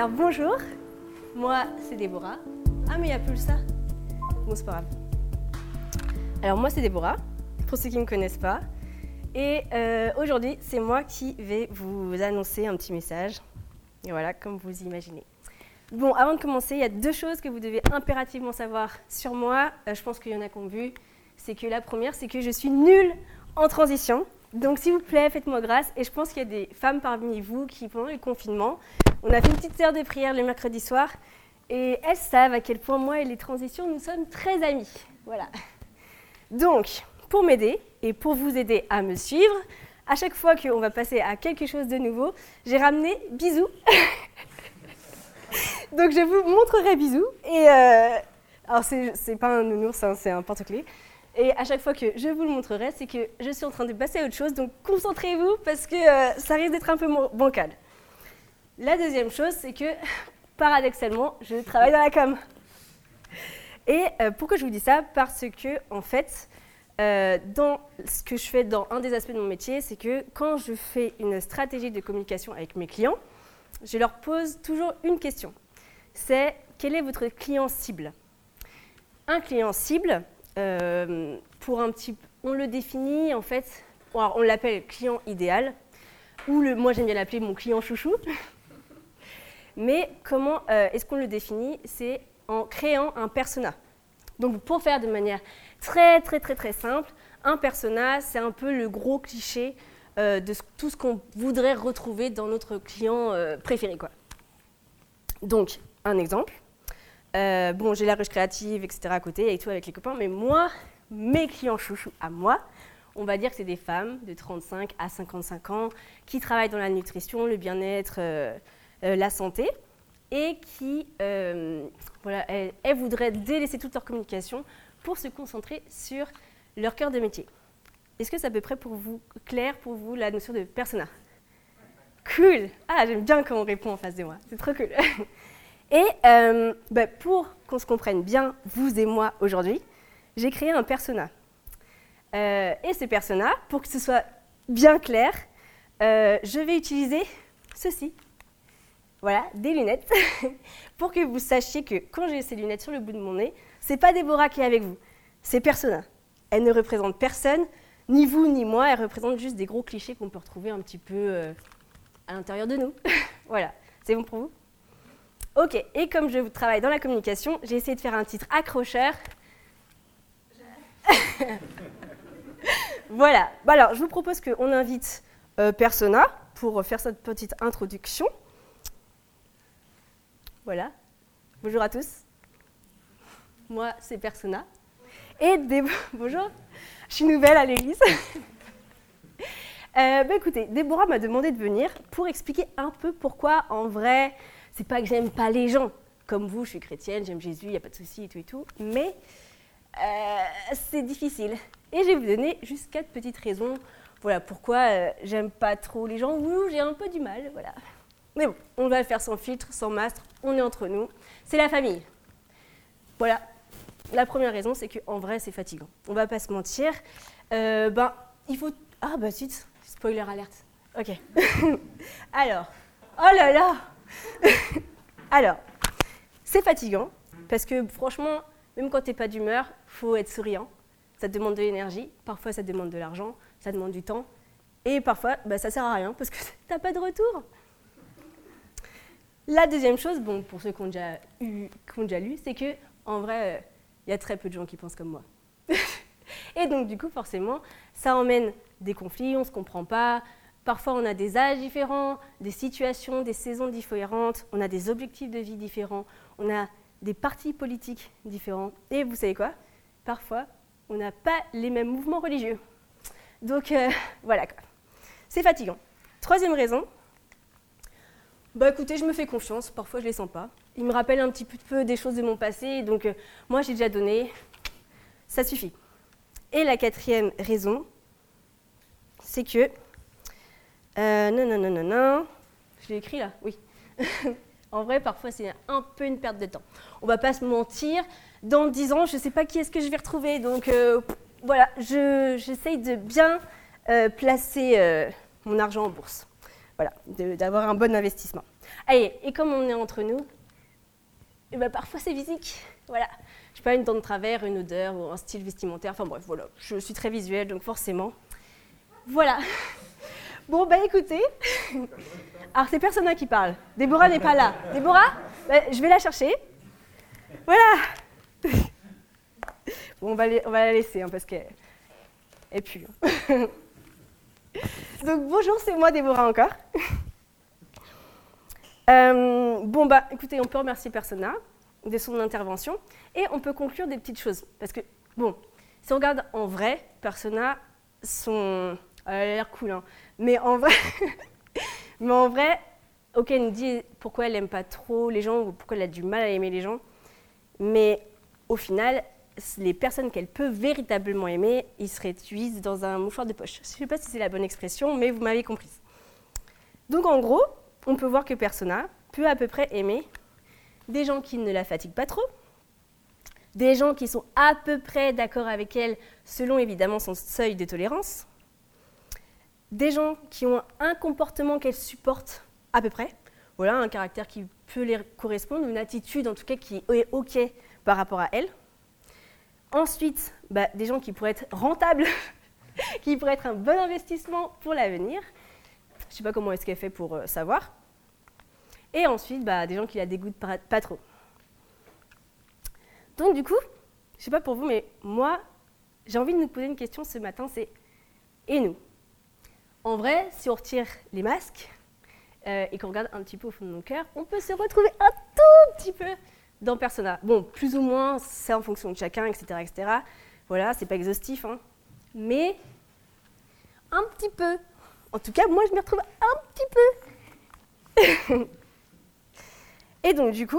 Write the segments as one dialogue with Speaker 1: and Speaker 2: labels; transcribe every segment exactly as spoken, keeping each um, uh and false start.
Speaker 1: Alors bonjour, moi c'est Déborah. Ah mais il n'y a plus ça. Bon c'est pas grave. Alors moi c'est Déborah, pour ceux qui ne me connaissent pas. Et euh, aujourd'hui c'est moi qui vais vous annoncer un petit message. Et voilà, comme vous imaginez. Bon, avant de commencer, il y a deux choses que vous devez impérativement savoir sur moi. Euh, je pense qu'il y en a qui ont vu. C'est que la première, c'est que je suis nulle en transition. Donc s'il vous plaît, faites-moi grâce. Et je pense qu'il y a des femmes parmi vous qui, pendant le confinement, on a fait une petite heure de prière le mercredi soir. Et elles savent à quel point moi et les transitions, nous sommes très amis. Voilà. Donc, pour m'aider et pour vous aider à me suivre, à chaque fois qu'on va passer à quelque chose de nouveau, j'ai ramené Bisou. Donc je vous montrerai Bisou. Et euh, alors c'est, c'est pas un nounours, hein, c'est un porte-clés. Et à chaque fois que je vous le montrerai, c'est que je suis en train de passer à autre chose. Donc concentrez-vous parce que euh, ça risque d'être un peu bancal. La deuxième chose, c'est que paradoxalement, je travaille dans la com. Et euh, pourquoi je vous dis ça? Parce que en fait, euh, dans ce que je fais dans un des aspects de mon métier, c'est que quand je fais une stratégie de communication avec mes clients, je leur pose toujours une question. C'est quel est votre client cible? Un client cible, euh, pour un petit, on le définit en fait, alors on l'appelle client idéal, ou le, moi j'aime bien l'appeler mon client chouchou. Mais comment euh, est-ce qu'on le définit? C'est en créant un persona. Donc pour faire de manière très très très très simple, un persona, c'est un peu le gros cliché euh, de tout ce qu'on voudrait retrouver dans notre client euh, préféré, quoi. Donc, un exemple. Euh, bon, j'ai la ruche créative, et cetera à côté, et tout avec les copains, mais moi, mes clients chouchous à moi, on va dire que c'est des femmes de trente-cinq à cinquante-cinq ans qui travaillent dans la nutrition, le bien-être, euh, euh, la santé, et qui, euh, voilà, elles, elles voudraient délaisser toute leur communication pour se concentrer sur leur cœur de métier. Est-ce que c'est à peu près pour vous, clair pour vous la notion de persona? Cool! Ah, j'aime bien quand on répond en face de moi, c'est trop cool. Et euh, bah, pour qu'on se comprenne bien, vous et moi, aujourd'hui, j'ai créé un persona. Euh, et ce persona, pour que ce soit bien clair, euh, je vais utiliser ceci. Voilà, des lunettes, pour que vous sachiez que quand j'ai ces lunettes sur le bout de mon nez, c'est pas Déborah qui est avec vous, c'est persona. Elle ne représente personne, ni vous ni moi, elle représente juste des gros clichés qu'on peut retrouver un petit peu euh, à l'intérieur de nous. Voilà, c'est bon pour vous? Ok, et comme je travaille dans la communication, j'ai essayé de faire un titre accrocheur. Voilà, bon, alors je vous propose qu'on invite euh, Persona pour faire cette petite introduction. Voilà, bonjour à tous. Moi, c'est Persona. Et Dé- bonjour, je suis nouvelle à l'église. euh, bah, écoutez, Déborah m'a demandé de venir pour expliquer un peu pourquoi, en vrai, c'est pas que j'aime pas les gens. Comme vous, je suis chrétienne, j'aime Jésus, il n'y a pas de souci et tout et tout. Mais euh, c'est difficile. Et je vais vous donner juste quatre petites raisons. Voilà, pourquoi euh, j'aime pas trop les gens ou j'ai un peu du mal, voilà. Mais bon, on va le faire sans filtre, sans mastre, on est entre nous. C'est la famille. Voilà. La première raison, c'est qu'en vrai, c'est fatigant. On va pas se mentir. Euh, ben, il faut... Ah, bah, zut, spoiler alerte. Ok. Alors, oh là là. Alors, c'est fatigant, parce que franchement, même quand t'es pas d'humeur, faut être souriant. Ça te demande de l'énergie, parfois ça te demande de l'argent, ça demande du temps, et parfois, bah, ça sert à rien, parce que t'as pas de retour. La deuxième chose, bon, pour ceux qui ont déjà, eu, qui ont déjà lu, c'est que en vrai, il euh, y a très peu de gens qui pensent comme moi. Et donc, du coup, forcément, ça emmène des conflits, on ne se comprend pas. Parfois, on a des âges différents, des situations, des saisons différentes, on a des objectifs de vie différents, on a des partis politiques différents. Et vous savez quoi? Parfois, on n'a pas les mêmes mouvements religieux. Donc, euh, voilà quoi. C'est fatigant. Troisième raison. Bah écoutez, je me fais confiance, parfois je les sens pas. Ils me rappellent un petit peu des choses de mon passé, donc euh, moi j'ai déjà donné, ça suffit. Et la quatrième raison, c'est que... Euh, non, non, non, non, non, je l'ai écrit là, oui. En vrai, parfois c'est un peu une perte de temps. On va pas se mentir, dans dix ans, je sais pas qui est-ce que je vais retrouver, donc euh, voilà, je, j'essaye de bien euh, placer euh, mon argent en bourse. voilà, de, d'avoir un bon investissement. Allez, et comme on est entre nous, et ben parfois c'est physique, voilà. Je sais pas, une dent de travers, une odeur ou un style vestimentaire, enfin bref, voilà. Je suis très visuelle, donc forcément, voilà. Bon, bah écoutez, alors c'est Persona qui parle, Déborah n'est pas là. Déborah, bah, je vais la chercher, voilà. Bon, on va, les, on va la laisser, hein, parce qu'elle elle pue. Donc bonjour, c'est moi Déborah encore. euh, bon bah écoutez, on peut remercier Persona de son intervention et on peut conclure des petites choses. Parce que, bon, si on regarde en vrai, Persona, son... Elle a l'air cool, hein. Mais en vrai, mais en vrai, ok, elle nous dit pourquoi elle n'aime pas trop les gens ou pourquoi elle a du mal à aimer les gens. Mais au final, les personnes qu'elle peut véritablement aimer, ils se réduisent dans un mouchoir de poche. Je ne sais pas si c'est la bonne expression, mais vous m'avez comprise. Donc en gros, on peut voir que Persona peut à peu près aimer des gens qui ne la fatiguent pas trop, des gens qui sont à peu près d'accord avec elle selon évidemment son seuil de tolérance, des gens qui ont un comportement qu'elle supporte à peu près, voilà, un caractère qui peut les correspondre, une attitude en tout cas qui est OK par rapport à elle. Ensuite, bah, des gens qui pourraient être rentables, qui pourraient être un bon investissement pour l'avenir. Je ne sais pas comment est-ce qu'elle fait pour euh, savoir. Et ensuite, bah, des gens qui la dégoûtent pas, pas trop. Donc du coup, je ne sais pas pour vous, mais moi, j'ai envie de nous poser une question ce matin, c'est « et nous ?» En vrai, si on retire les masques euh, et qu'on regarde un petit peu au fond de mon cœur, on peut se retrouver un tout petit peu dans Persona. Bon, plus ou moins, c'est en fonction de chacun, et cetera, et cetera. Voilà, c'est pas exhaustif, hein. Mais un petit peu. En tout cas, moi, je m'y retrouve un petit peu. Et donc, du coup,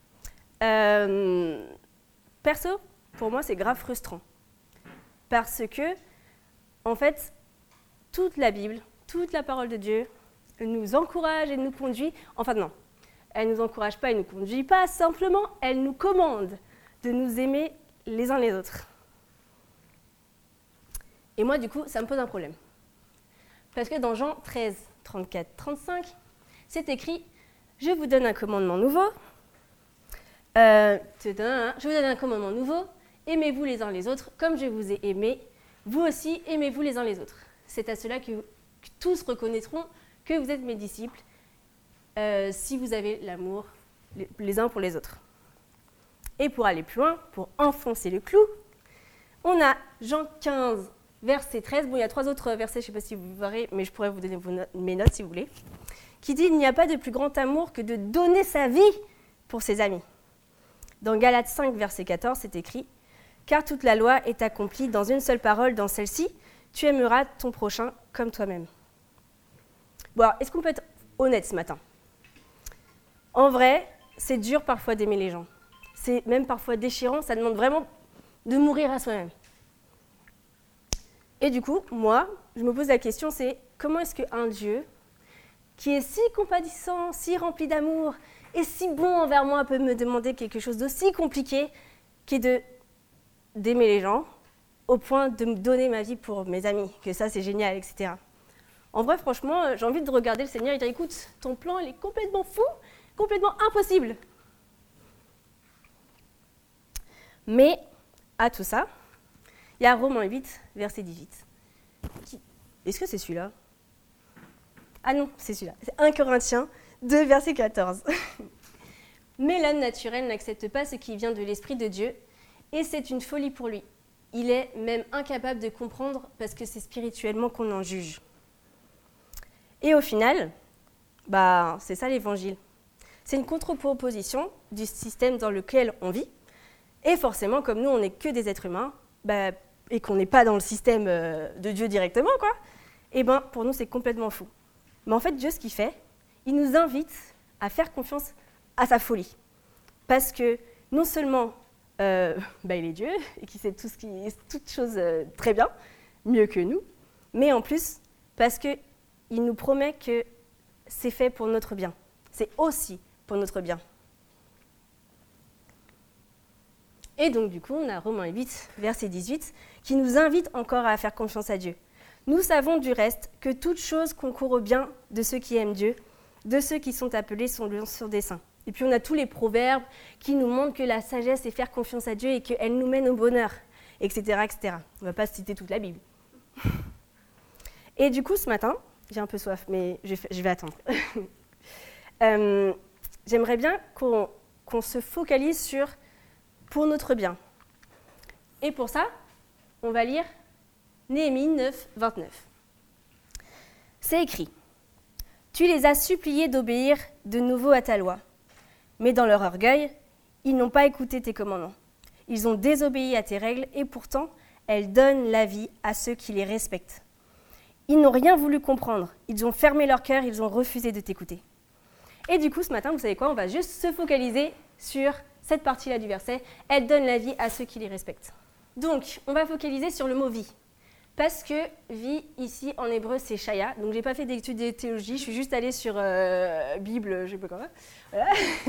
Speaker 1: euh, perso, pour moi, c'est grave frustrant. Parce que, en fait, toute la Bible, toute la parole de Dieu nous encourage et nous conduit. Enfin, non. Elle ne nous encourage pas et ne nous conduit pas, simplement, elle nous commande de nous aimer les uns les autres. Et moi, du coup, ça me pose un problème. Parce que dans Jean treize, trente-quatre, trente-cinq, c'est écrit « Je vous donne un commandement nouveau. Euh, je vous donne un commandement nouveau. Aimez-vous les uns les autres, comme je vous ai aimé. Vous aussi, aimez-vous les uns les autres. C'est à cela que, que tous reconnaîtront que vous êtes mes disciples. Euh, si vous avez l'amour les, les uns pour les autres. » Et pour aller plus loin, pour enfoncer le clou, on a Jean quinze, verset treize. Bon, il y a trois autres versets, je ne sais pas si vous verrez, mais je pourrais vous donner vos no- mes notes si vous voulez, qui dit « Il n'y a pas de plus grand amour que de donner sa vie pour ses amis. » Dans Galates cinq, verset quatorze, c'est écrit « Car toute la loi est accomplie dans une seule parole, dans celle-ci, tu aimeras ton prochain comme toi-même. » Bon, alors, est-ce qu'on peut être honnête ce matin ? En vrai, c'est dur parfois d'aimer les gens. C'est même parfois déchirant, ça demande vraiment de mourir à soi-même. Et du coup, moi, je me pose la question, c'est comment est-ce qu'un Dieu, qui est si compatissant, si rempli d'amour, et si bon envers moi, peut me demander quelque chose d'aussi compliqué, qui est de, d'aimer les gens, au point de me donner ma vie pour mes amis, que ça c'est génial, et cetera. En vrai, franchement, j'ai envie de regarder le Seigneur et dire, écoute, ton plan, il est complètement fou, complètement impossible. Mais, à tout ça, il y a Romains huit, verset dix-huit. Qui... Est-ce que c'est celui-là ? Ah non, c'est celui-là. C'est un Corinthiens deux, verset quatorze. Mais l'homme naturel n'accepte pas ce qui vient de l'Esprit de Dieu, et c'est une folie pour lui. Il est même incapable de comprendre parce que c'est spirituellement qu'on en juge. Et au final, bah, c'est ça l'évangile. C'est une contre-proposition du système dans lequel on vit. Et forcément, comme nous, on n'est que des êtres humains, bah, et qu'on n'est pas dans le système euh, de Dieu directement, quoi, et ben, pour nous, c'est complètement fou. Mais en fait, Dieu, ce qu'il fait, il nous invite à faire confiance à sa folie. Parce que non seulement euh, bah, il est Dieu, et qu'il sait tout ce qui, toutes choses euh, très bien, mieux que nous, mais en plus, parce qu'il nous promet que c'est fait pour notre bien. C'est aussi pour notre bien. Et donc, du coup, on a Romains huit, verset dix-huit, qui nous invite encore à faire confiance à Dieu. Nous savons du reste que toute chose concourt au bien de ceux qui aiment Dieu, de ceux qui sont appelés sur des saints. Et puis on a tous les proverbes qui nous montrent que la sagesse est faire confiance à Dieu et qu'elle nous mène au bonheur, et cetera, et cetera. On ne va pas citer toute la Bible. Et du coup, ce matin, j'ai un peu soif, mais je vais, je vais attendre. euh, j'aimerais bien qu'on, qu'on se focalise sur « pour notre bien ». Et pour ça, on va lire Néhémie neuf, vingt-neuf. C'est écrit « Tu les as suppliés d'obéir de nouveau à ta loi, mais dans leur orgueil, ils n'ont pas écouté tes commandements. Ils ont désobéi à tes règles et pourtant, elles donnent la vie à ceux qui les respectent. Ils n'ont rien voulu comprendre, ils ont fermé leur cœur, ils ont refusé de t'écouter. » Et du coup, ce matin, vous savez quoi ? On va juste se focaliser sur cette partie-là du verset. « Elles donnent la vie à ceux qui les respectent. » Donc, on va focaliser sur le mot « vie ». Parce que vie, ici, en hébreu, c'est Shaya. Donc, je n'ai pas fait d'études de théologie, je suis juste allée sur euh, Bible, je ne sais pas comment. Voilà.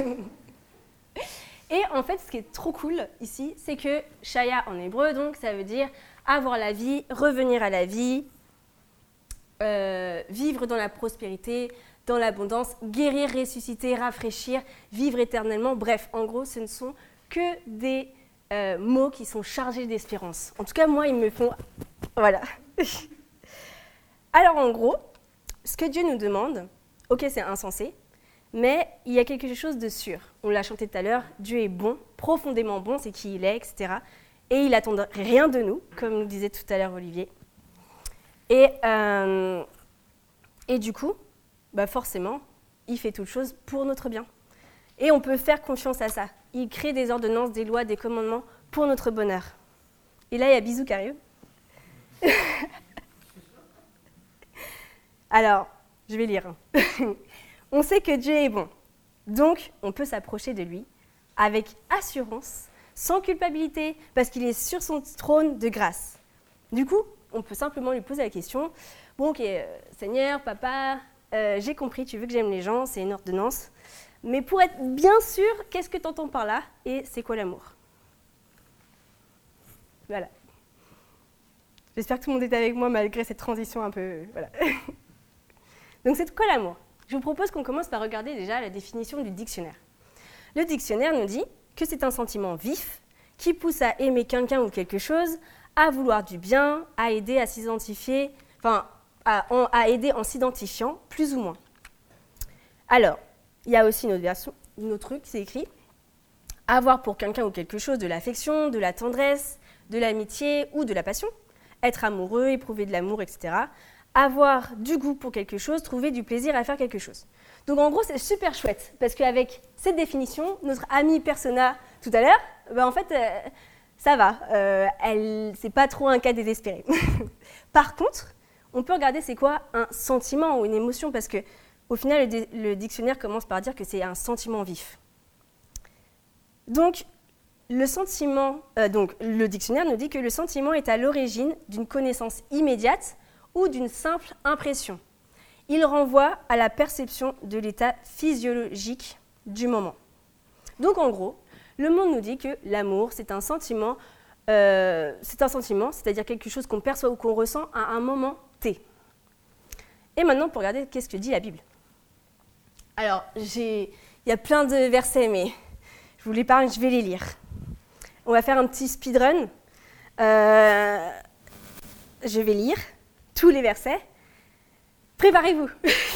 Speaker 1: Et en fait, ce qui est trop cool ici, c'est que Shaya en hébreu, donc, ça veut dire avoir la vie, revenir à la vie, euh, vivre dans la prospérité, dans l'abondance, guérir, ressusciter, rafraîchir, vivre éternellement. Bref, en gros, ce ne sont que des euh, mots qui sont chargés d'espérance. En tout cas, moi, ils me font... Voilà. Alors, en gros, ce que Dieu nous demande, ok, c'est insensé, mais il y a quelque chose de sûr. On l'a chanté tout à l'heure, Dieu est bon, profondément bon, c'est qui il est, et cetera. Et il n'attend rien de nous, comme nous disait tout à l'heure Olivier. Et, euh, et du coup, bah forcément, il fait toute chose pour notre bien. Et on peut faire confiance à ça. Il crée des ordonnances, des lois, des commandements pour notre bonheur. Et là, il y a Bisou qui arrive. Alors, je vais lire. On sait que Dieu est bon, donc on peut s'approcher de lui avec assurance, sans culpabilité, parce qu'il est sur son trône de grâce. Du coup, on peut simplement lui poser la question, « Bon, ok, euh, Seigneur, papa, euh, j'ai compris, tu veux que j'aime les gens, c'est une ordonnance, mais pour être bien sûr, qu'est-ce que tu entends par là et c'est quoi l'amour ?» Voilà. J'espère que tout le monde est avec moi malgré cette transition un peu... Voilà. Donc c'est quoi l'amour ? Je vous propose qu'on commence par regarder déjà la définition du dictionnaire. Le dictionnaire nous dit que c'est un sentiment vif qui pousse à aimer quelqu'un ou quelque chose, à vouloir du bien, à aider à s'identifier, enfin, à, en, à aider en s'identifiant, plus ou moins. Alors, il y a aussi une autre version, une autre truc, c'est écrit avoir pour quelqu'un ou quelque chose de l'affection, de la tendresse, de l'amitié ou de la passion. Être amoureux, éprouver de l'amour, et cetera. Avoir du goût pour quelque chose, trouver du plaisir à faire quelque chose. Donc en gros, c'est super chouette, parce qu'avec cette définition, notre amie Persona tout à l'heure, ben en fait, euh, ça va. Euh, elle, c'est pas trop un cas désespéré. Par contre, on peut regarder c'est quoi un sentiment ou une émotion, parce que au final, le, dé- le dictionnaire commence par dire que c'est un sentiment vif. Donc, Le, sentiment, euh, donc, le dictionnaire nous dit que le sentiment est à l'origine d'une connaissance immédiate ou d'une simple impression. Il renvoie à la perception de l'état physiologique du moment. Donc en gros, le monde nous dit que l'amour, c'est un sentiment, euh, c'est un sentiment, c'est-à-dire quelque chose qu'on perçoit ou qu'on ressent à un moment T. Et maintenant, pour regarder qu'est-ce que dit la Bible. Alors, il y a plein de versets, mais je vous l'épargne, je vais les lire. On va faire un petit speedrun. Euh, je vais lire tous les versets. Préparez-vous.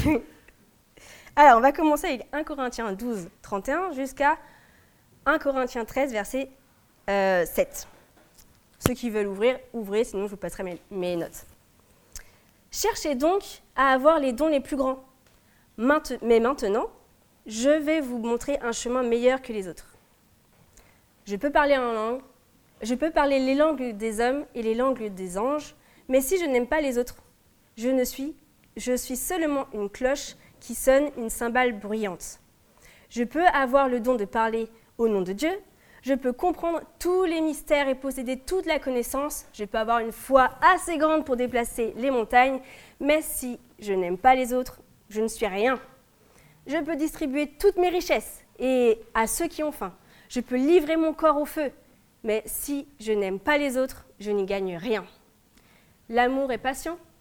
Speaker 1: Alors, on va commencer avec un Corinthiens douze, trente et un jusqu'à un Corinthiens treize, verset euh, sept. Ceux qui veulent ouvrir, ouvrez, sinon je vous passerai mes, mes notes. Cherchez donc à avoir les dons les plus grands. Mainte- mais maintenant, je vais vous montrer un chemin meilleur que les autres. Je peux parler en langue, je peux parler les langues des hommes et les langues des anges, mais si je n'aime pas les autres, je ne suis, je suis seulement une cloche qui sonne une cymbale bruyante. Je peux avoir le don de parler au nom de Dieu, je peux comprendre tous les mystères et posséder toute la connaissance, je peux avoir une foi assez grande pour déplacer les montagnes, mais si je n'aime pas les autres, je ne suis rien. Je peux distribuer toutes mes richesses et à ceux qui ont faim. Je peux livrer mon corps au feu, mais si je n'aime pas les autres, je n'y gagne rien. L'amour est patient,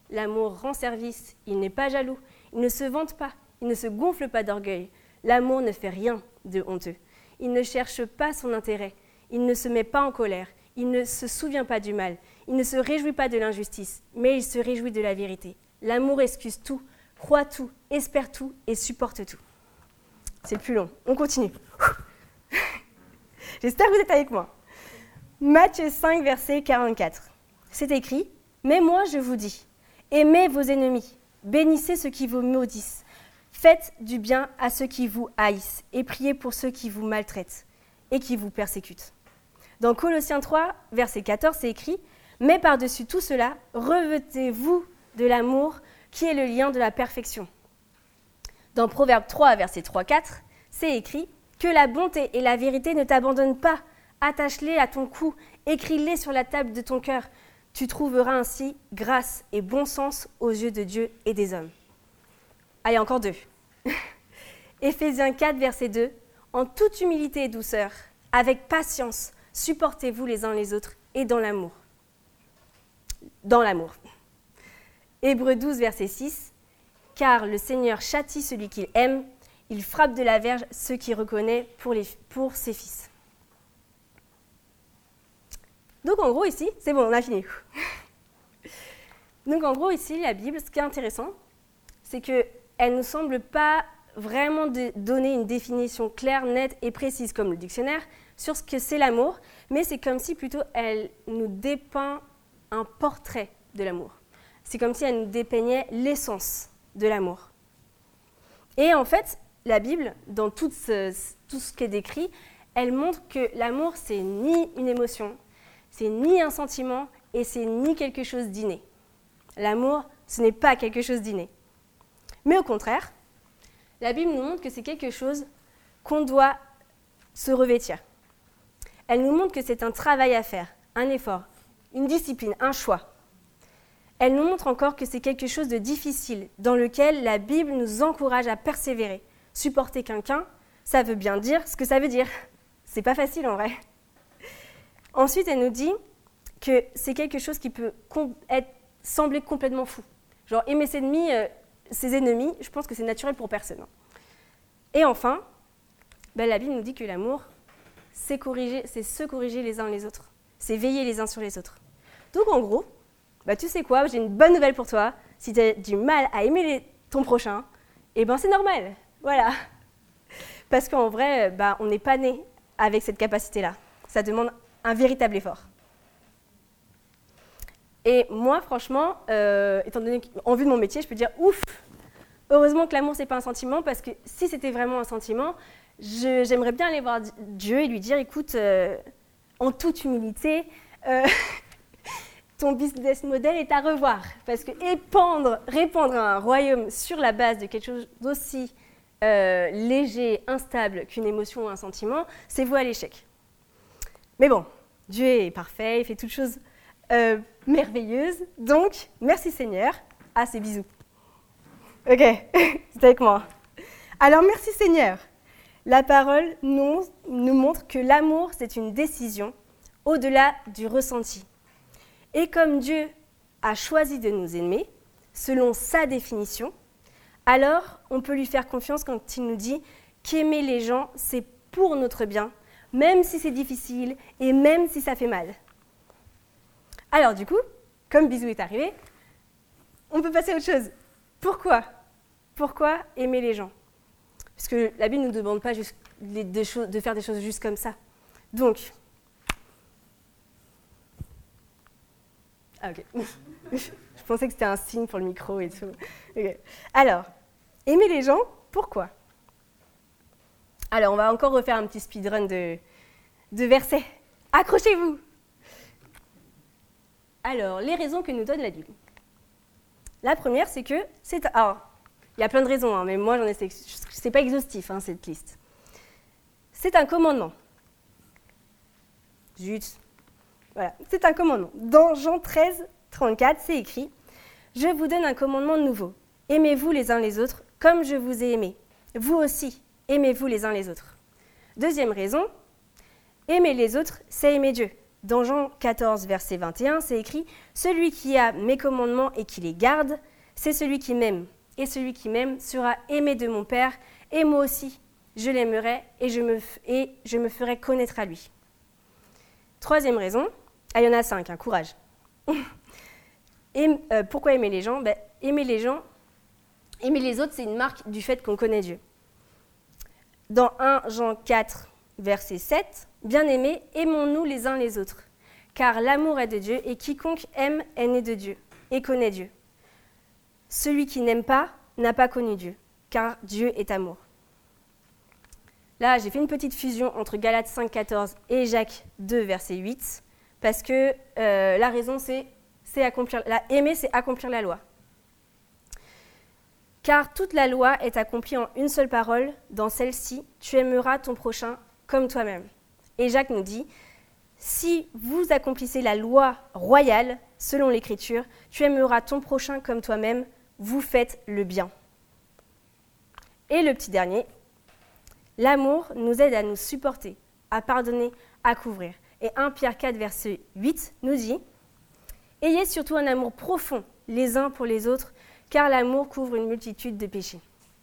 Speaker 1: L'amour rend service, il n'est pas jaloux, il ne se vante pas, il ne se gonfle pas d'orgueil. L'amour ne fait rien de honteux. Il ne cherche pas son intérêt, il ne se met pas en colère, il ne se souvient pas du mal, il ne se réjouit pas de l'injustice, mais il se réjouit de la vérité. L'amour excuse tout, croit tout, espère tout et supporte tout. C'est plus long, on continue. J'espère que vous êtes avec moi. Matthieu cinq, verset quarante-quatre. C'est écrit « Mais moi je vous dis, aimez vos ennemis, bénissez ceux qui vous maudissent, faites du bien à ceux qui vous haïssent et priez pour ceux qui vous maltraitent et qui vous persécutent. » Dans Colossiens trois, verset quatorze, c'est écrit « Mais par-dessus tout cela, revêtez-vous de l'amour qui est le lien de la perfection. » Dans Proverbe trois, verset trois quatre, c'est écrit « Que la bonté et la vérité ne t'abandonnent pas, attache-les à ton cou, écris-les sur la table de ton cœur. Tu trouveras ainsi grâce et bon sens aux yeux de Dieu et des hommes. » Allez, encore deux. Éphésiens quatre, verset deux. « En toute humilité et douceur, avec patience, supportez-vous les uns les autres et dans l'amour. » Dans l'amour. Hébreux douze, verset six. « Car le Seigneur châtie celui qu'il aime, il frappe de la verge ceux qu'il reconnaît pour, les, pour ses fils. » Donc en gros ici, c'est bon, on a fini. Donc en gros ici, la Bible, ce qui est intéressant, c'est qu'elle ne nous semble pas vraiment de donner une définition claire, nette et précise comme le dictionnaire sur ce que c'est l'amour, mais c'est comme si plutôt elle nous dépeint un portrait de l'amour. C'est comme si elle nous dépeignait l'essence de l'amour. Et en fait, la Bible, dans tout ce, tout ce qui est décrit, elle montre que l'amour, c'est ni une émotion, c'est ni un sentiment et c'est ni quelque chose d'inné. L'amour, ce n'est pas quelque chose d'inné. Mais au contraire, la Bible nous montre que c'est quelque chose qu'on doit se revêtir. Elle nous montre que c'est un travail à faire, un effort, une discipline, un choix. Elle nous montre encore que c'est quelque chose de difficile dans lequel la Bible nous encourage à persévérer. Supporter quelqu'un, ça veut bien dire ce que ça veut dire. C'est pas facile en vrai. Ensuite, elle nous dit que c'est quelque chose qui peut com- être, sembler complètement fou. Genre aimer ses ennemis, euh, ses ennemis, je pense que c'est naturel pour personne. Et enfin, ben, la Bible nous dit que l'amour, c'est, corriger, c'est se corriger les uns les autres. C'est veiller les uns sur les autres. Donc en gros, ben, tu sais quoi, j'ai une bonne nouvelle pour toi. Si tu as du mal à aimer les, ton prochain, eh ben c'est normal. Voilà. Parce qu'en vrai, ben, on n'est pas né avec cette capacité-là. Ça demande un véritable effort. Et moi, franchement, euh, étant donné qu'en vue de mon métier, je peux dire ouf, heureusement que l'amour, c'est pas un sentiment, parce que si c'était vraiment un sentiment, je, j'aimerais bien aller voir Dieu et lui dire, écoute, euh, en toute humilité, euh, ton business model est à revoir. Parce que épandre, répandre un royaume sur la base de quelque chose d'aussi euh, léger, instable qu'une émotion ou un sentiment, c'est voué à l'échec. Mais bon, Dieu est parfait, il fait toutes choses euh, merveilleuses. Donc, merci Seigneur. Ah, c'est bisous. Ok, c'est avec moi. Alors, merci Seigneur. La parole nous, nous montre que l'amour, c'est une décision au-delà du ressenti. Et comme Dieu a choisi de nous aimer, selon sa définition, alors on peut lui faire confiance quand il nous dit qu'aimer les gens, c'est pour notre bien, même si c'est difficile et même si ça fait mal. Alors du coup, comme Bisou est arrivé, on peut passer à autre chose. Pourquoi ? Pourquoi aimer les gens ? Parce que la Bible ne nous demande pas juste les, de, cho- de faire des choses juste comme ça. Donc, ah ok, je pensais que c'était un signe pour le micro et tout. Okay. Alors, aimer les gens, pourquoi ? Alors, on va encore refaire un petit speedrun de, de versets. Accrochez-vous ! Alors, les raisons que nous donne la Bible. La première, c'est que c'est... Alors, il y a plein de raisons, hein, mais moi, j'en ai... c'est pas exhaustif, hein, cette liste. C'est un commandement. Zut. Voilà, c'est un commandement. Dans Jean treize, trente-quatre, c'est écrit « Je vous donne un commandement nouveau. Aimez-vous les uns les autres comme je vous ai aimé. Vous aussi, aimez-vous les uns les autres. » Deuxième raison, aimer les autres, c'est aimer Dieu. dans Jean quatorze, verset vingt et un, c'est écrit « Celui qui a mes commandements et qui les garde, c'est celui qui m'aime. Et celui qui m'aime sera aimé de mon Père, et moi aussi, je l'aimerai et je me, f- et je me ferai connaître à lui. » Troisième raison, ah, il y en a cinq, hein, courage. Et, euh, pourquoi aimer les gens? Ben, aimer les gens, aimer les autres, c'est une marque du fait qu'on connaît Dieu. Dans un Jean quatre, verset sept, « Bien-aimés, aimons-nous les uns les autres, car l'amour est de Dieu, et quiconque aime est né de Dieu, et connaît Dieu. Celui qui n'aime pas n'a pas connu Dieu, car Dieu est amour. » Là, j'ai fait une petite fusion entre Galates cinq, quatorze et Jacques deux, verset huit, parce que euh, la raison, c'est, c'est accomplir, la, aimer, c'est accomplir la loi. Car toute la loi est accomplie en une seule parole, dans celle-ci, tu aimeras ton prochain comme toi-même. Et Jacques nous dit, si vous accomplissez la loi royale, selon l'Écriture, tu aimeras ton prochain comme toi-même, vous faites le bien. Et le petit dernier, l'amour nous aide à nous supporter, à pardonner, à couvrir. Et un Pierre quatre, verset huit nous dit « Ayez surtout un amour profond les uns pour les autres, car l'amour couvre une multitude de péchés. »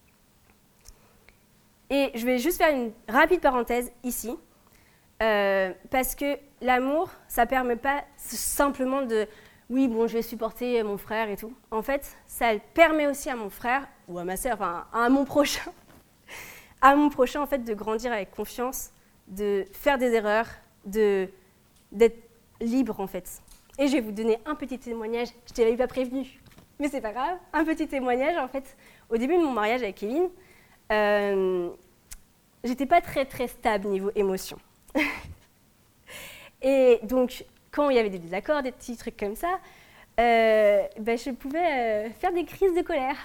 Speaker 1: Et je vais juste faire une rapide parenthèse ici, euh, parce que l'amour, ça ne permet pas simplement de « oui, bon, je vais supporter mon frère et tout ». En fait, ça permet aussi à mon frère, ou à ma sœur, enfin à mon prochain, à mon prochain, en fait, de grandir avec confiance, de faire des erreurs, de, d'être libre, en fait. Et je vais vous donner un petit témoignage. Je ne t'avais pas prévenu, mais c'est pas grave. Un petit témoignage, en fait. Au début de mon mariage avec Kevin, euh, j'étais pas très, très stable niveau émotion. Et donc, quand il y avait des désaccords, des petits trucs comme ça, euh, ben, je pouvais euh, faire des crises de colère.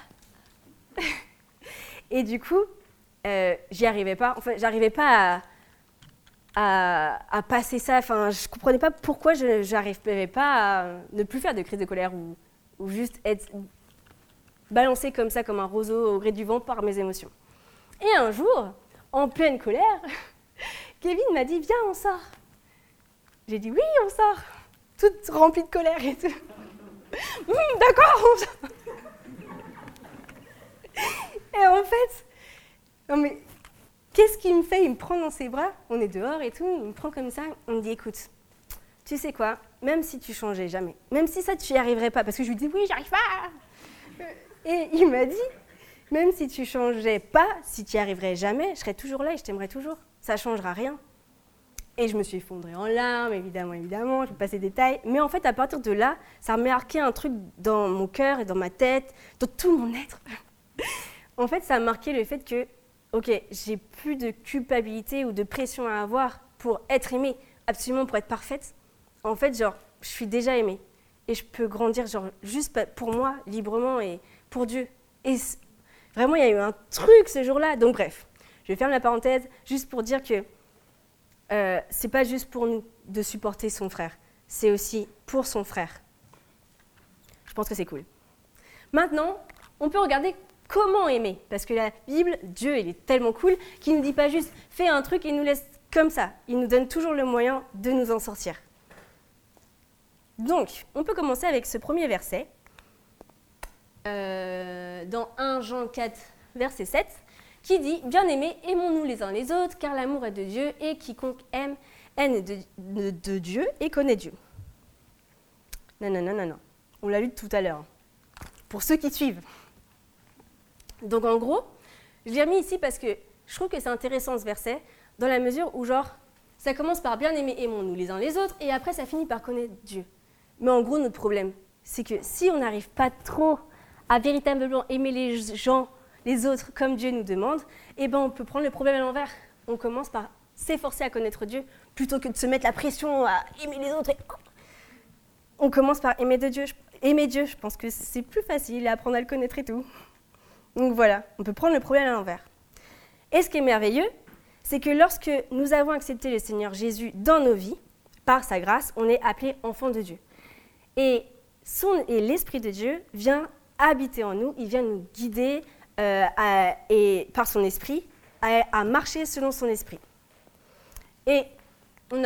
Speaker 1: Et du coup, Euh, j'y arrivais pas, en fait, j'arrivais pas à, à, à passer ça, enfin, je comprenais pas pourquoi je n'arrivais pas à ne plus faire de crise de colère ou, ou juste être balancée comme ça, comme un roseau au gré du vent par mes émotions. Et un jour, en pleine colère, Kevin m'a dit « Viens, on sort ». J'ai dit « Oui, on sort », toute remplie de colère et tout. Mmh, « D'accord, on sort ». Et en fait, non mais, qu'est-ce qu'il me fait? Il me prend dans ses bras, on est dehors et tout, il me prend comme ça, on me dit, écoute, tu sais quoi, même si tu changeais jamais, même si ça, tu n'y arriverais pas, parce que je lui dis, oui, j'arrive pas. Et il m'a dit, même si tu changeais pas, si tu n'y arriverais jamais, je serais toujours là et je t'aimerais toujours, ça ne changera rien. Et je me suis effondrée en larmes, évidemment, évidemment, je vais passer des détails, mais en fait, à partir de là, ça a marqué un truc dans mon cœur et dans ma tête, dans tout mon être. En fait, ça a marqué le fait que, ok, j'ai plus de culpabilité ou de pression à avoir pour être aimée, absolument pour être parfaite. En fait, genre, je suis déjà aimée et je peux grandir, genre, juste pour moi, librement et pour Dieu. Et vraiment, il y a eu un truc ce jour-là. Donc bref, je ferme la parenthèse juste pour dire que euh, c'est pas juste pour nous de supporter son frère, c'est aussi pour son frère. Je pense que c'est cool. Maintenant, on peut regarder comment aimer, parce que la Bible, Dieu, il est tellement cool qu'il ne nous dit pas juste « fais un truc et il nous laisse comme ça ». Il nous donne toujours le moyen de nous en sortir. Donc, on peut commencer avec ce premier verset, euh, dans un Jean quatre, verset sept, qui dit « Bien-aimés, aimons-nous les uns les autres, car l'amour est de Dieu, et quiconque aime est né de, de, de Dieu et connaît Dieu. » Non, non, non, non, non. On l'a lu tout à l'heure. Pour ceux qui suivent. Donc en gros, je l'ai remis ici parce que je trouve que c'est intéressant ce verset, dans la mesure où genre, ça commence par bien aimer, aimons-nous les uns les autres, et après ça finit par connaître Dieu. Mais en gros, notre problème, c'est que si on n'arrive pas trop à véritablement aimer les gens, les autres, comme Dieu nous demande, eh ben on peut prendre le problème à l'envers. On commence par s'efforcer à connaître Dieu, plutôt que de se mettre la pression à aimer les autres. Et... On commence par aimer, de Dieu. aimer Dieu, je pense que c'est plus facile à apprendre à le connaître et tout. Donc voilà, on peut prendre le problème à l'envers. Et ce qui est merveilleux, c'est que lorsque nous avons accepté le Seigneur Jésus dans nos vies, par sa grâce, on est appelé enfant de Dieu. Et, son, et l'Esprit de Dieu vient habiter en nous, il vient nous guider euh, à, et, par son Esprit à, à marcher selon son Esprit. Et on a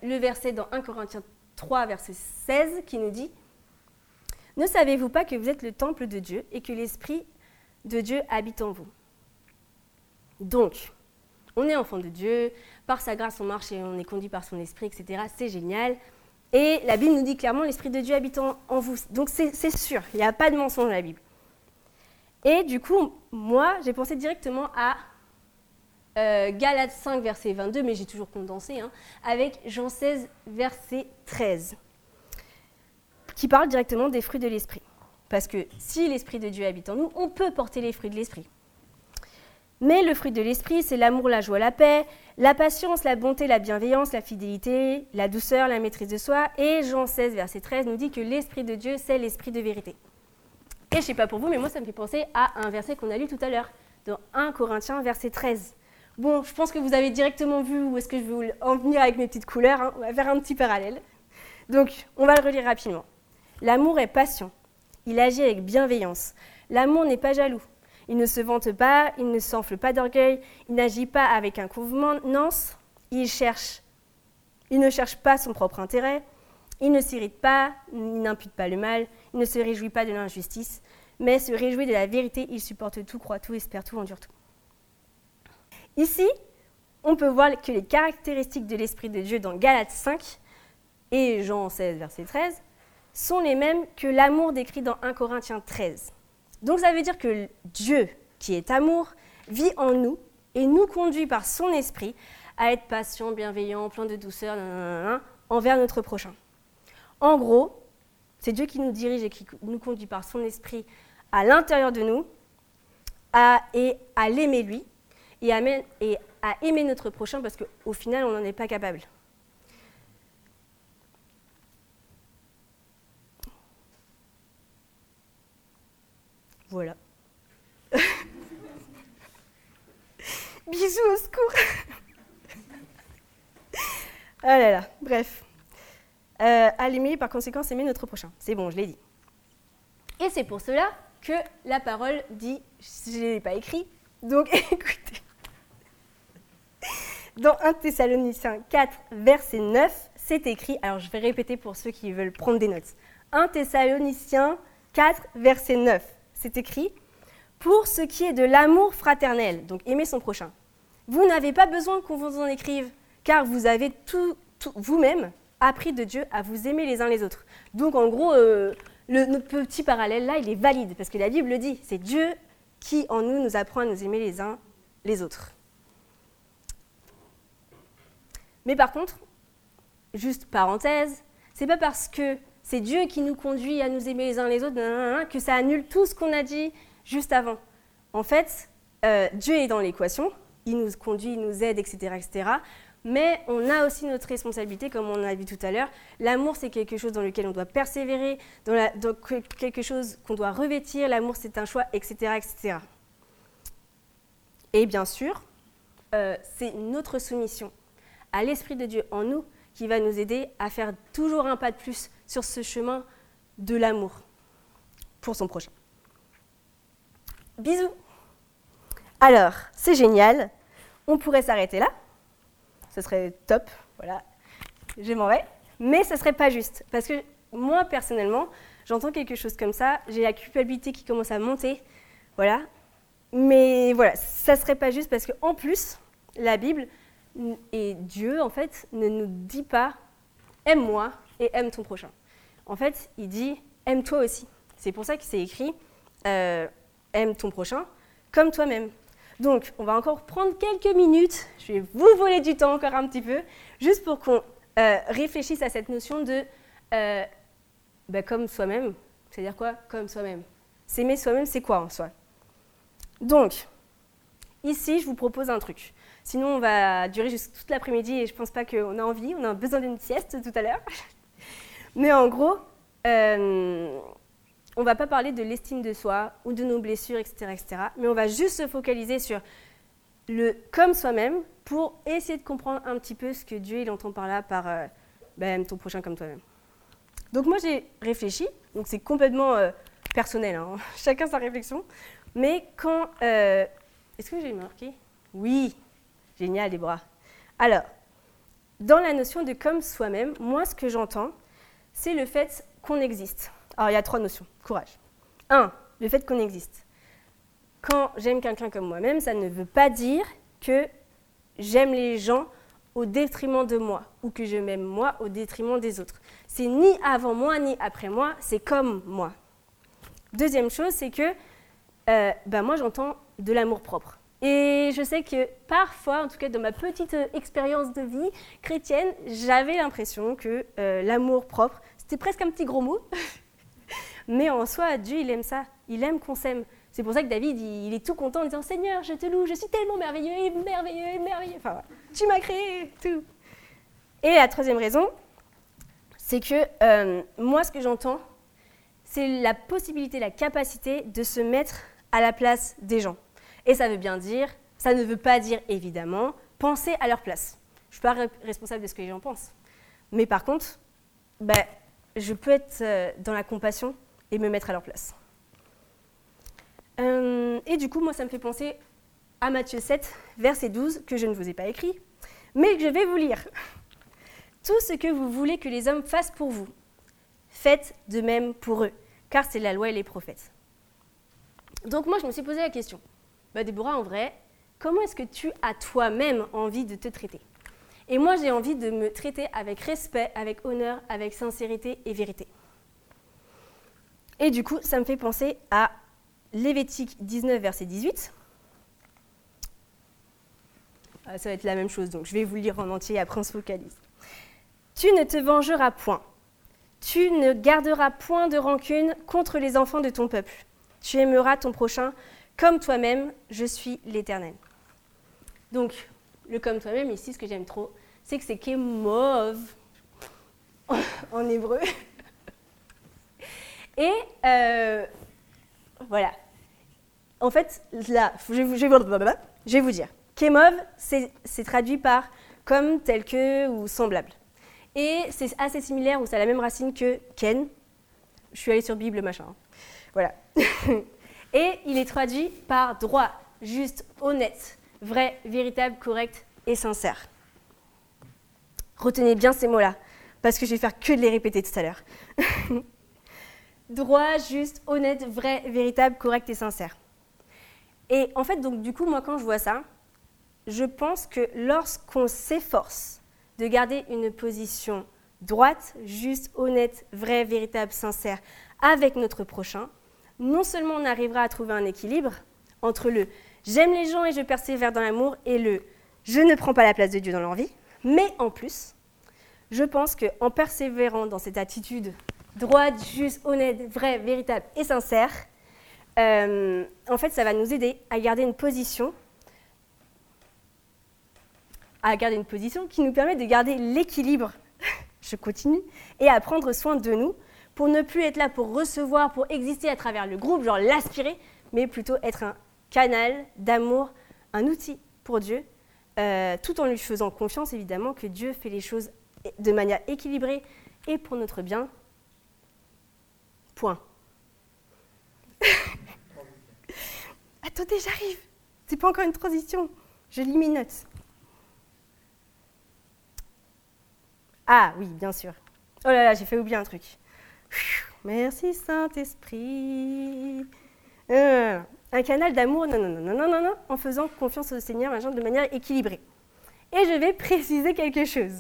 Speaker 1: le verset dans un Corinthiens trois, verset seize, qui nous dit « Ne savez-vous pas que vous êtes le temple de Dieu et que l'Esprit de Dieu habite en vous ?» Donc, on est enfant de Dieu, par sa grâce on marche et on est conduit par son esprit, et cetera. C'est génial. Et la Bible nous dit clairement l'Esprit de Dieu habite en, en vous. Donc c'est, c'est sûr, il n'y a pas de mensonge dans la Bible. Et du coup, moi, j'ai pensé directement à euh, Galates cinq, verset vingt-deux, mais j'ai toujours condensé, hein, avec Jean seize, verset treize, qui parle directement des fruits de l'Esprit. Parce que si l'Esprit de Dieu habite en nous, on peut porter les fruits de l'Esprit. Mais le fruit de l'Esprit, c'est l'amour, la joie, la paix, la patience, la bonté, la bienveillance, la fidélité, la douceur, la maîtrise de soi. Et Jean seize, verset treize, nous dit que l'Esprit de Dieu, c'est l'Esprit de vérité. Et je ne sais pas pour vous, mais moi, ça me fait penser à un verset qu'on a lu tout à l'heure, dans un Corinthiens, verset treize. Bon, je pense que vous avez directement vu où est-ce que je veux en venir avec mes petites couleurs. Hein. On va faire un petit parallèle. Donc, on va le relire rapidement. L'amour est patient. Il agit avec bienveillance. L'amour n'est pas jaloux. Il ne se vante pas, il ne s'enfle pas d'orgueil, il n'agit pas avec inconvenance, il, cherche, il ne cherche pas son propre intérêt, il ne s'irrite pas, il n'impute pas le mal, il ne se réjouit pas de l'injustice, mais se réjouit de la vérité, il supporte tout, croit tout, espère tout, endure tout. Ici, on peut voir que les caractéristiques de l'Esprit de Dieu dans Galates cinq et Jean seize, verset treize, sont les mêmes que l'amour décrit dans un Corinthiens treize. Donc ça veut dire que Dieu, qui est amour, vit en nous et nous conduit par son esprit à être patient, bienveillant, plein de douceur, nanana, envers notre prochain. En gros, c'est Dieu qui nous dirige et qui nous conduit par son esprit à l'intérieur de nous à, et à l'aimer lui et à, et à aimer notre prochain parce qu'au final, on n'en est pas capable. Voilà. Bisous au secours. Ah là là, bref. Euh, à l'aimer, par conséquent, aimer notre prochain. C'est bon, je l'ai dit. Et c'est pour cela que la parole dit, je ne l'ai pas écrit, donc écoutez. Dans un Thessaloniciens quatre, verset neuf, c'est écrit, alors je vais répéter pour ceux qui veulent prendre des notes. un Thessaloniciens quatre, verset neuf. C'est écrit « Pour ce qui est de l'amour fraternel », donc aimer son prochain, vous n'avez pas besoin qu'on vous en écrive, car vous avez tout, tout, vous-même appris de Dieu à vous aimer les uns les autres. Donc en gros, euh, le, notre petit parallèle là, il est valide, parce que la Bible le dit, c'est Dieu qui en nous nous apprend à nous aimer les uns les autres. Mais par contre, juste parenthèse, c'est pas parce que c'est Dieu qui nous conduit à nous aimer les uns les autres, nanana, que ça annule tout ce qu'on a dit juste avant. En fait, euh, Dieu est dans l'équation, il nous conduit, il nous aide, et cetera, et cetera. Mais on a aussi notre responsabilité, comme on a vu tout à l'heure. L'amour, c'est quelque chose dans lequel on doit persévérer, dans, la, dans quelque chose qu'on doit revêtir. L'amour, c'est un choix, et cetera, et cetera. Et bien sûr, euh, c'est notre soumission à l'Esprit de Dieu en nous qui va nous aider à faire toujours un pas de plus sur ce chemin de l'amour pour son prochain. Bisous. Alors, c'est génial. On pourrait s'arrêter là. Ce serait top. Voilà. Je m'en vais. Mais ce ne serait pas juste. Parce que moi, personnellement, j'entends quelque chose comme ça. J'ai la culpabilité qui commence à monter. Voilà. Mais voilà, ça ne serait pas juste parce qu'en plus, la Bible et Dieu, en fait, ne nous dit pas « aime-moi et aime ton prochain ». En fait, il dit « aime-toi aussi ». C'est pour ça que c'est écrit euh, « aime ton prochain comme toi-même ». Donc, on va encore prendre quelques minutes, je vais vous voler du temps encore un petit peu, juste pour qu'on euh, réfléchisse à cette notion de euh, bah, comme soi-même. C'est-à-dire quoi? Comme soi-même. S'aimer soi-même, c'est quoi en soi? Donc, ici, je vous propose un truc. Sinon, on va durer jusqu'à toute l'après-midi et je ne pense pas qu'on a envie, on a besoin d'une sieste tout à l'heure. Mais en gros, euh, on ne va pas parler de l'estime de soi ou de nos blessures, et cetera, et cetera. Mais on va juste se focaliser sur le comme soi-même pour essayer de comprendre un petit peu ce que Dieu il entend par là, par euh, bah, aime ton prochain comme toi-même. Donc moi, j'ai réfléchi, donc c'est complètement euh, personnel, hein. Chacun sa réflexion. Mais quand... Euh, est-ce que j'ai marqué? Oui, génial, Déborah. Alors, dans la notion de comme soi-même, moi, ce que j'entends, c'est le fait qu'on existe. Alors, il y a trois notions. Courage. Un, le fait qu'on existe. Quand j'aime quelqu'un comme moi-même, ça ne veut pas dire que j'aime les gens au détriment de moi, ou que je m'aime moi au détriment des autres. C'est ni avant moi, ni après moi, c'est comme moi. Deuxième chose, c'est que euh, ben moi, j'entends de l'amour propre. Et je sais que parfois, en tout cas dans ma petite expérience de vie chrétienne, j'avais l'impression que euh, l'amour propre, c'était presque un petit gros mot, mais en soi, Dieu, il aime ça, il aime qu'on s'aime. C'est pour ça que David, il est tout content en disant « Seigneur, je te loue, je suis tellement merveilleux, merveilleux, merveilleux. » Enfin, voilà. Tu m'as créé, tout. Et la troisième raison, c'est que euh, moi, ce que j'entends, c'est la possibilité, la capacité de se mettre à la place des gens. Et ça veut bien dire, ça ne veut pas dire, évidemment, penser à leur place. Je ne suis pas re- responsable de ce que les gens pensent. Mais par contre, bah, je peux être euh, dans la compassion et me mettre à leur place. Euh, et du coup, moi, ça me fait penser à Matthieu sept, verset douze, que je ne vous ai pas écrit, mais que je vais vous lire. « Tout ce que vous voulez que les hommes fassent pour vous, faites de même pour eux, car c'est la loi et les prophètes. » Donc moi, je me suis posé la question. Bah, Déborah, en vrai, comment est-ce que tu as toi-même envie de te traiter ? Et moi, j'ai envie de me traiter avec respect, avec honneur, avec sincérité et vérité. Et du coup, ça me fait penser à Lévitique dix-neuf, verset dix-huit. Ah, ça va être la même chose, donc je vais vous lire en entier et après on se focalise. « Tu ne te vengeras point. Tu ne garderas point de rancune contre les enfants de ton peuple. Tu aimeras ton prochain comme toi-même, je suis l'Éternel. » Donc, le « comme toi-même », ici, ce que j'aime trop, c'est que c'est kémov en hébreu. Et euh, voilà. En fait, là, je vais vous, je vais vous, je vais vous dire. Kémov, c'est, c'est traduit par comme, tel que ou semblable. Et c'est assez similaire, ou c'est la même racine que ken. Je suis allée sur Bible, machin. Voilà. Et il est traduit par droit, juste, honnête, vrai, véritable, correct et sincère. Retenez bien ces mots-là, parce que je vais faire que de les répéter tout à l'heure. Droit, juste, honnête, vrai, véritable, correct et sincère. Et en fait, donc, du coup, moi, quand je vois ça, je pense que lorsqu'on s'efforce de garder une position droite, juste, honnête, vrai, véritable, sincère avec notre prochain, non seulement on arrivera à trouver un équilibre entre le « j'aime les gens et je persévère dans l'amour » et le « je ne prends pas la place de Dieu dans leur vie », mais en plus, je pense qu'en persévérant dans cette attitude droite, juste, honnête, vraie, véritable et sincère, euh, en fait, ça va nous aider à garder une position, à garder une position qui nous permet de garder l'équilibre, je continue, et à prendre soin de nous, pour ne plus être là pour recevoir, pour exister à travers le groupe, genre l'aspirer, mais plutôt être un canal d'amour, un outil pour Dieu, euh, tout en lui faisant confiance, évidemment, que Dieu fait les choses de manière équilibrée et pour notre bien. Point. Attendez, j'arrive. C'est pas encore une transition. Je lis mes notes. Ah oui, bien sûr. Oh là là, j'ai fait oublier un truc. Merci Saint-Esprit. Euh, un canal d'amour, non, non, non, non, non, non, en faisant confiance au Seigneur de manière équilibrée. Et je vais préciser quelque chose.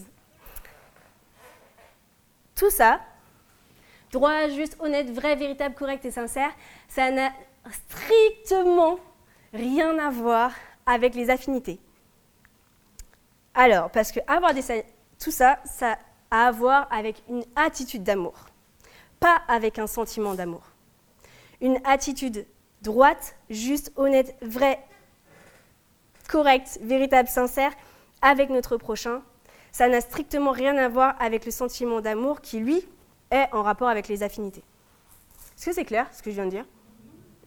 Speaker 1: Tout ça, droit, juste, honnête, vrai, véritable, correct et sincère, ça n'a strictement rien à voir avec les affinités. Alors, parce que avoir des, tout ça, ça a à voir avec une attitude d'amour, pas avec un sentiment d'amour. Une attitude droite, juste, honnête, vraie, correcte, véritable, sincère, avec notre prochain, ça n'a strictement rien à voir avec le sentiment d'amour qui, lui, est en rapport avec les affinités. Est-ce que c'est clair, ce que je viens de dire ? Cool !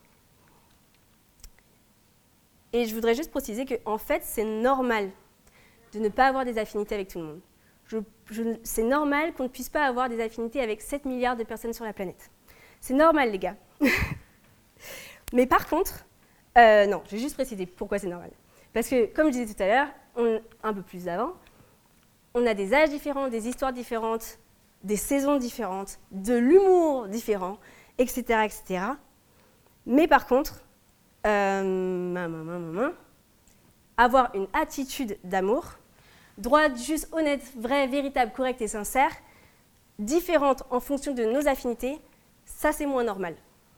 Speaker 1: Et je voudrais juste préciser qu'en fait, c'est normal de ne pas avoir des affinités avec tout le monde. Je, je, c'est normal qu'on ne puisse pas avoir des affinités avec sept milliards de personnes sur la planète. C'est normal, les gars. Mais par contre, euh, non, je vais juste préciser pourquoi c'est normal. Parce que, comme je disais tout à l'heure, on, un peu plus avant, on a des âges différents, des histoires différentes, des saisons différentes, de l'humour différent, et cetera, et cetera. Mais par contre, euh, avoir une attitude d'amour, droite, juste, honnête, vraie, véritable, correcte et sincère, différente en fonction de nos affinités, ça c'est moins normal.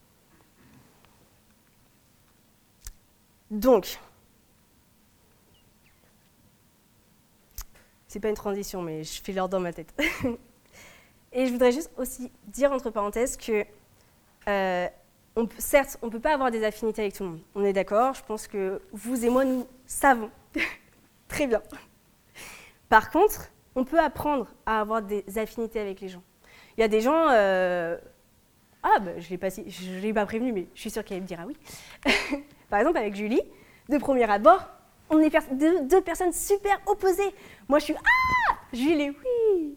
Speaker 1: Donc, c'est pas une transition, mais je fais l'ordre dans ma tête. Et je voudrais juste aussi dire entre parenthèses que, euh, on peut, certes, on ne peut pas avoir des affinités avec tout le monde. On est d'accord, je pense que vous et moi, nous savons très bien. Par contre, on peut apprendre à avoir des affinités avec les gens. Il y a des gens... Euh, ah, bah, je ne l'ai pas prévenu, mais je suis sûre qu'elle me dira oui. Par exemple, avec Julie, de premier abord, on est pers- deux, deux personnes super opposées. Moi, je suis « Ah !» Julie, oui.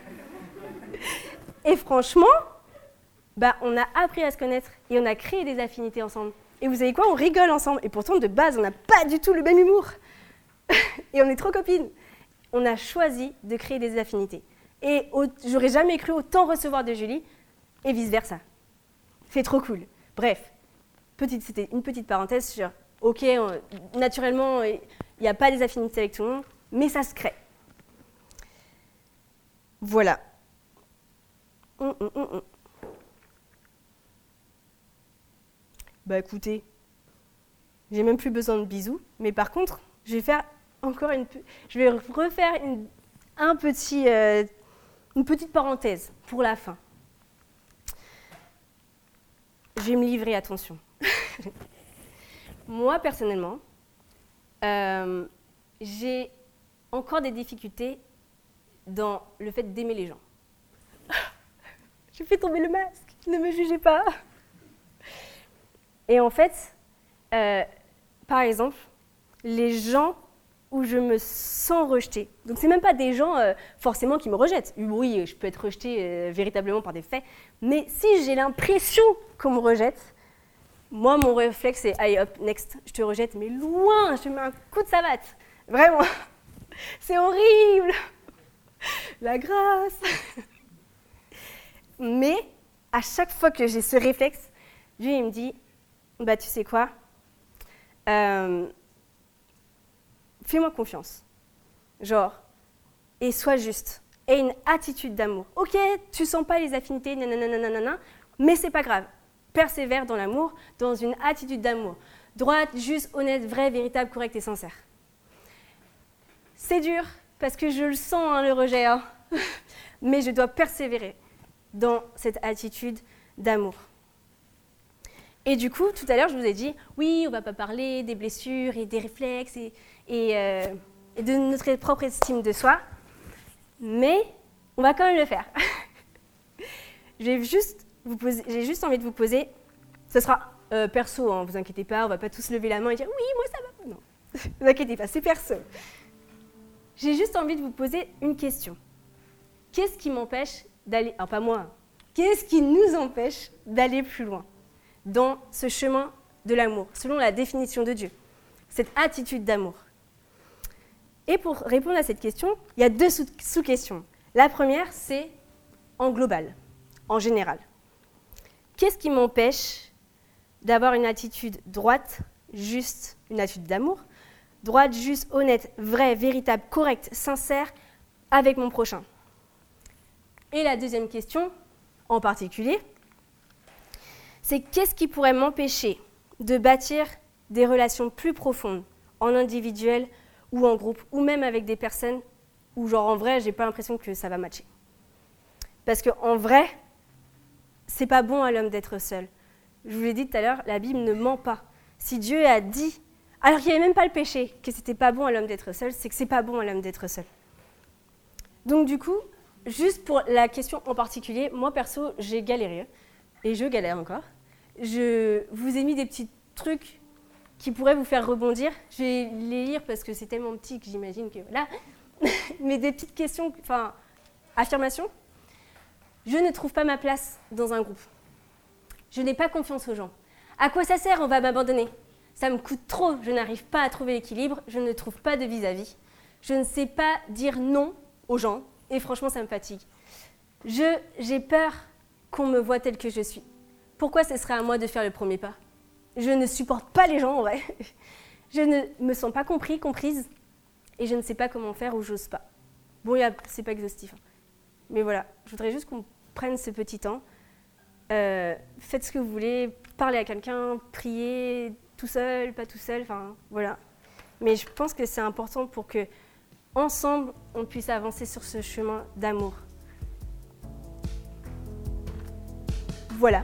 Speaker 1: Et franchement, bah, on a appris à se connaître et on a créé des affinités ensemble. Et vous savez quoi, on rigole ensemble. Et pourtant, de base, on n'a pas du tout le même humour. Et on est trop copines. On a choisi de créer des affinités. Et au, j'aurais jamais cru autant recevoir de Julie, et vice-versa. C'est trop cool. Bref, petite, c'était une petite parenthèse sur, ok, on, naturellement, il n'y a pas des affinités avec tout le monde, mais ça se crée. Voilà. Hum, hum, hum, hum. Bah écoutez, j'ai même plus besoin de bisous, mais par contre, je vais faire encore une, je vais refaire une, un petit, euh, une petite parenthèse pour la fin. Je vais me livrer, attention. Moi, personnellement, euh, j'ai encore des difficultés dans le fait d'aimer les gens. Je fais tomber le masque, ne me jugez pas. Et en fait, euh, par exemple, les gens où je me sens rejetée, donc c'est même pas des gens euh, forcément qui me rejettent. Oui, je peux être rejetée euh, véritablement par des faits, mais si j'ai l'impression qu'on me rejette, moi, mon réflexe, c'est « allez, hop, next, je te rejette, mais loin, je te mets un coup de savate. » Vraiment, c'est horrible. La grâce. Mais à chaque fois que j'ai ce réflexe, Dieu, il me dit « bah, tu sais quoi euh, fais-moi confiance. Genre, et sois juste. Et une attitude d'amour. Ok, tu sens pas les affinités, nanana, nanana, mais c'est pas grave. Persévère dans l'amour, dans une attitude d'amour. Droite, juste, honnête, vraie, véritable, correcte et sincère. C'est dur, parce que je le sens, hein, le rejet. Hein. Mais je dois persévérer dans cette attitude d'amour. Et du coup, tout à l'heure, je vous ai dit, oui, on ne va pas parler des blessures et des réflexes et, et, euh, et de notre propre estime de soi, mais on va quand même le faire. J'ai juste, vous poser, j'ai juste envie de vous poser, ce sera euh, perso, hein, vous inquiétez pas, on ne va pas tous lever la main et dire, oui, moi ça va. Non, vous inquiétez pas, c'est perso. J'ai juste envie de vous poser une question. Qu'est-ce qui m'empêche d'aller, alors pas moi, hein, qu'est-ce qui nous empêche d'aller plus loin dans ce chemin de l'amour, selon la définition de Dieu, cette attitude d'amour? Et pour répondre à cette question, il y a deux sous-questions. La première, c'est en global, en général. Qu'est-ce qui m'empêche d'avoir une attitude droite, juste, une attitude d'amour, droite, juste, honnête, vraie, véritable, correcte, sincère, avec mon prochain? Et la deuxième question, en particulier, c'est qu'est-ce qui pourrait m'empêcher de bâtir des relations plus profondes, en individuel ou en groupe, ou même avec des personnes où, genre, en vrai, j'ai pas l'impression que ça va matcher. Parce qu'en vrai, c'est pas bon à l'homme d'être seul. Je vous l'ai dit tout à l'heure, la Bible ne ment pas. Si Dieu a dit, alors qu'il n'y avait même pas le péché, que c'était pas bon à l'homme d'être seul, c'est que c'est pas bon à l'homme d'être seul. Donc du coup, juste pour la question en particulier, moi perso, j'ai galéré, et je galère encore. Je vous ai mis des petits trucs qui pourraient vous faire rebondir. Je vais les lire parce que c'est tellement petit que j'imagine que voilà. Mais des petites questions, enfin, affirmations. Je ne trouve pas ma place dans un groupe. Je n'ai pas confiance aux gens. À quoi ça sert? On va m'abandonner. Ça me coûte trop. Je n'arrive pas à trouver l'équilibre. Je ne trouve pas de vis-à-vis. Je ne sais pas dire non aux gens, et franchement, ça me fatigue. Je, j'ai peur qu'on me voie telle que je suis. Pourquoi ce serait à moi de faire le premier pas? Je ne supporte pas les gens, en vrai. Je ne me sens pas compris, comprise, et je ne sais pas comment faire ou j'ose pas. Bon, c'est pas exhaustif, hein. Mais voilà, je voudrais juste qu'on prenne ce petit temps. Euh, faites ce que vous voulez, parlez à quelqu'un, priez, tout seul, pas tout seul, enfin voilà. Mais je pense que c'est important pour que, ensemble, on puisse avancer sur ce chemin d'amour. Voilà.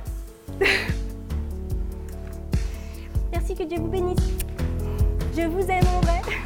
Speaker 1: Merci, que Dieu vous bénisse. Je vous aime en vrai.